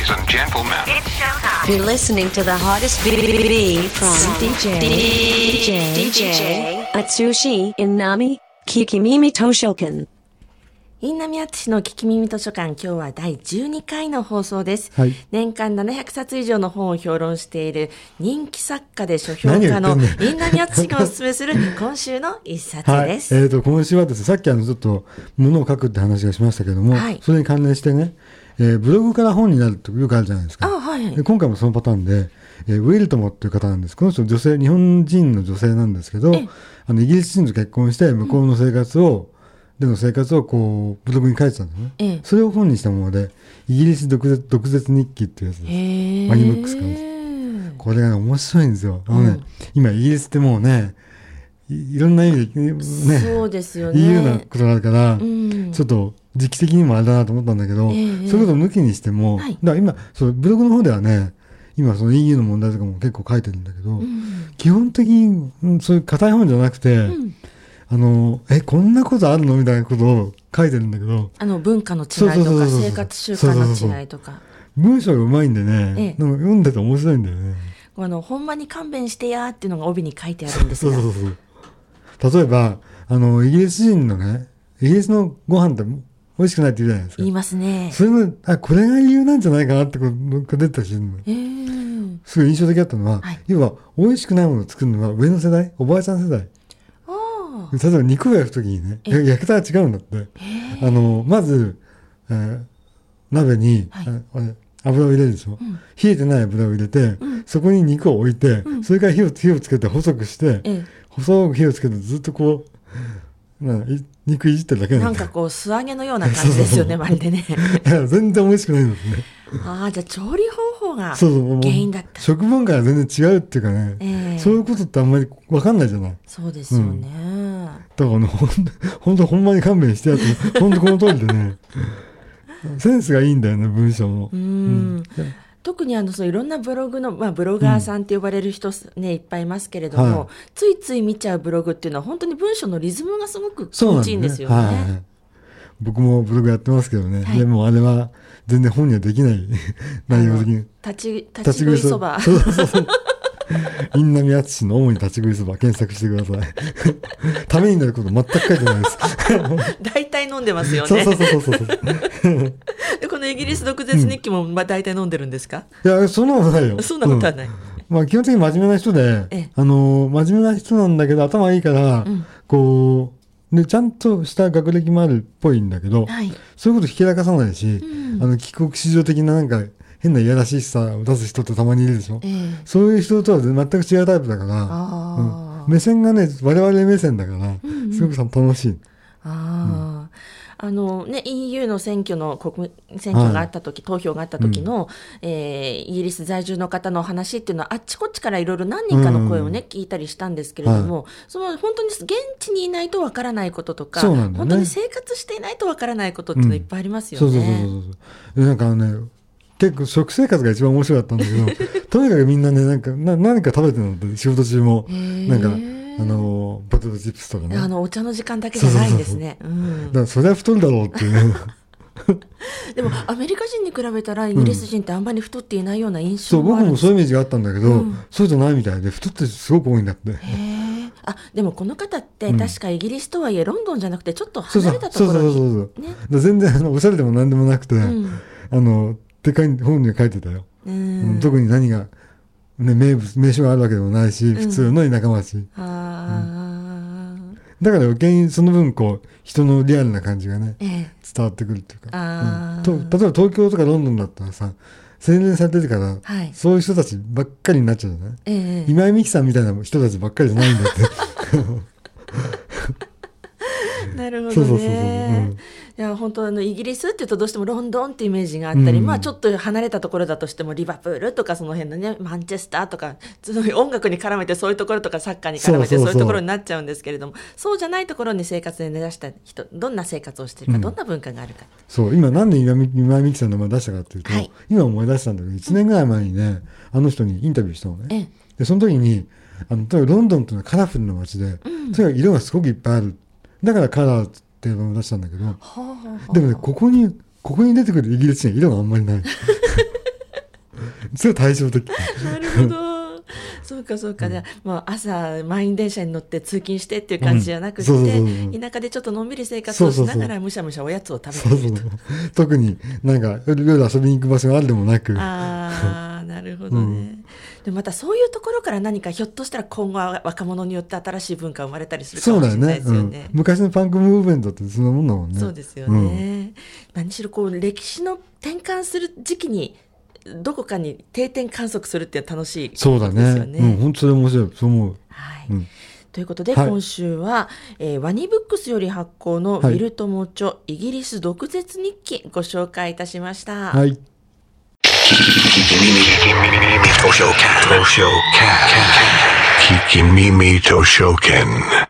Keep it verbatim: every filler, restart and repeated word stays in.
Ladies and gentlemen, It's showtime. You're listening to the hottest B B B from DJ DJ DJ Atsushi Inami Kikimimi Toshokan。 インナミアツシの聞き耳図書館、今日はだいじゅうにかいの放送です、 はい、 年間ななひゃくさつ以上の本を評論している人気作家で書評家のインナミアツシがおすすめする今週の一冊です、 はい、えーと今週はですね、さっきあのちょっと物を書くって話がしましたけども、はい、それに関連してね、えー、ブログから本になるってよくあるじゃないですか。 あ、はい、 で今回もそのパターンで、えー、ウィルトモっていう方なんです。この人女性、日本人の女性なんですけど、あのイギリス人と結婚して向こうの生活を、うんでの生活をこうブログに書いてたんですね、ええ、それを本にしたものでイギリス毒舌、毒舌日記っていうやつです。マニブックスからです。これがね面白いんですよ。あのね、うん、今イギリスってもうね い, いろんな意味でねそうですよね、 いいようなことがあるから、うん、ちょっと時期的にもあれだなと思ったんだけど、え、そういうことを抜きにしても、はい、だから今そうブログの方ではね今その イーユー の問題とかも結構書いてるんだけど、うん、基本的にそういう硬い本じゃなくて、うんあのえこんなことあるのみたいなことを書いてるんだけど、 あの文化の違いとか生活習慣の違いとか文章がうまいんでね、ええ、なんか読んでて面白いんだよね。 あのほんまに勘弁してやっていうのが帯に書いてあるんですが、 そうそうそう例えばあのイギリス人のねイギリスのご飯って美味しくないって言うじゃないですか。 言いますね。 それのあこれが理由なんじゃないかなってことが出たりするの、えー、すごい印象的だったのは、はい、要は美味しくないものを作るのは上の世代おばあちゃん世代例えば肉を焼くときにね焼き方が違うんだって。あのまず、えー、鍋に、はい、油を入れるでしょ、うん、冷えてない油を入れて、うん、そこに肉を置いて、うん、それから火を、火をつけて細くして、ええ、細く火をつけてずっとこうな肉いじってるだけなんだ。 なんかこう素揚げのような感じですよねまるでねいや全然美味しくないんですね。 ああじゃあ調理方法が原因だった。 そうそう食文化が全然違うっていうかね、えー、そういうことってあんまり分かんないじゃない。 そうですよね、うん、 だからねほんとほんまに勘弁してやってほんとこの通りでねセンスがいいんだよね文章も。うん、うん特にあのそういろんなブログの、まあ、ブロガーさんって呼ばれる人、ね、いっぱいいますけれども、はい、ついつい見ちゃうブログっていうのは本当に文章のリズムがすごく気持ちいいんですよね。 はい、僕もブログやってますけどね、はい、でもあれは全然本にはできない内容的に立ち、立ち食いそばそうそうそうインナミアツシの主に立ち食いそば検索してくださいためになること全く書いてないです大体飲んでますよね。 そうそうそうそうそうでこのイギリス毒舌日記もまあ大体飲んでるんですか。 いやそんなことないよ。 そんなことはない、うんまあ、基本的に真面目な人で、あの真面目な人なんだけど頭いいから、うん、こうでちゃんとした学歴もあるっぽいんだけど、はい、そういうことひけらかさないし、うん、あの帰国子女的ななんか変ないやらしさを出す人ってたまにいるでしょ、えー、そういう人とは全く違うタイプだから、うん、目線がね我々目線だから、うんうん、すごく楽しい。 あ、うん、あのね、イーユー の選挙の国選挙があった時、はい、投票があった時の、うんえー、イギリス在住の方の話っていうのはあっちこっちからいろいろ何人かの声をね、うん、聞いたりしたんですけれども、はい、その本当に現地にいないとわからないこととか、ね、本当に生活していないとわからないことっていうのいっぱいありますよね。うん、そうそうそうそうなんかね結構食生活が一番面白かったんだけどとにかくみんなねなんかな何か食べてるのって仕事中もなんかあのポテトチップスとかねあのお茶の時間だけじゃないんですね。 そうそうそう、うん、だからそれは太るだろうっていうねでもアメリカ人に比べたらイギリス人ってあんまり太っていないような印象もあるんです、うん、そう僕もそういうイメージがあったんだけど、うん、そうじゃないみたいで太ってすごく多いんだって。へーあでもこの方って確かイギリスとはいえロンドンじゃなくてちょっと離れたところに、 そうそうそうそう、ね、だ全然あのおしゃれでも何でもなくて、うん、あのでかい本に書いてたよ。うん、特に何が、ね、名物名所があるわけでもないし、うん、普通の田舎町、あ、うん、だから余計にその分こう人のリアルな感じがね、ええ、伝わってくるっていうか、あ、うん、と例えば東京とかロンドンだったらさ洗練されてるから、はい、そういう人たちばっかりになっちゃうじゃない、ええ、今井美樹さんみたいな人たちばっかりじゃないんだってなるほどね。そうそうそうそう、うん、いや本当あのイギリスっていうとどうしてもロンドンってイメージがあったり、うんまあ、ちょっと離れたところだとしてもリバプールとかその辺のねマンチェスターとかそういう音楽に絡めてそういうところとかサッカーに絡めてそういうところになっちゃうんですけれども、そうじゃないところに生活で根ざした人どんな生活をしているか、うん、どんな文化があるか。 そう今なんで今井美樹さんの名前出したかっていうと、はい、今思い出したんだけどいちねんぐらい前にねあの人にインタビューしたのね、ええ、でその時にあのとにかくロンドンっていうのはカラフルな街で、うん、とにかく色がすごくいっぱいあるだからカラーっていうのを出したんだけど、はあはあ、でもねここにここに出てくるイギリス人は色があんまりないすごい対照的。 なるほど。そうかそうか、うん、じゃあもう朝満員電車に乗って通勤してっていう感じじゃなくて、うん、そうそうそうそう、田舎でちょっとのんびり生活をしながらむしゃむしゃおやつを食べていると。そうそうそう、 特になんか夜遊びに行く場所があるでもなく。 ああ、なるほどね、うん、でもまたそういうところから何かひょっとしたら今後は若者によって新しい文化が生まれたりするかもしれないですよね。そうだよね、うん、 昔のパンクムーブメントってそんなもんだもんね。 そうですよね、うん、何しろこう歴史の転換する時期にどこかに定点観測するって楽しいことですよね。そうだね、うん、 本当それ面白い、そう思う、 はい、うん、ということで、はい、今週は、えー、ワニブックスより発行のウィルトモ著、はい、イギリス独舌日記ご紹介いたしました。はい。Kikimimi Toshoken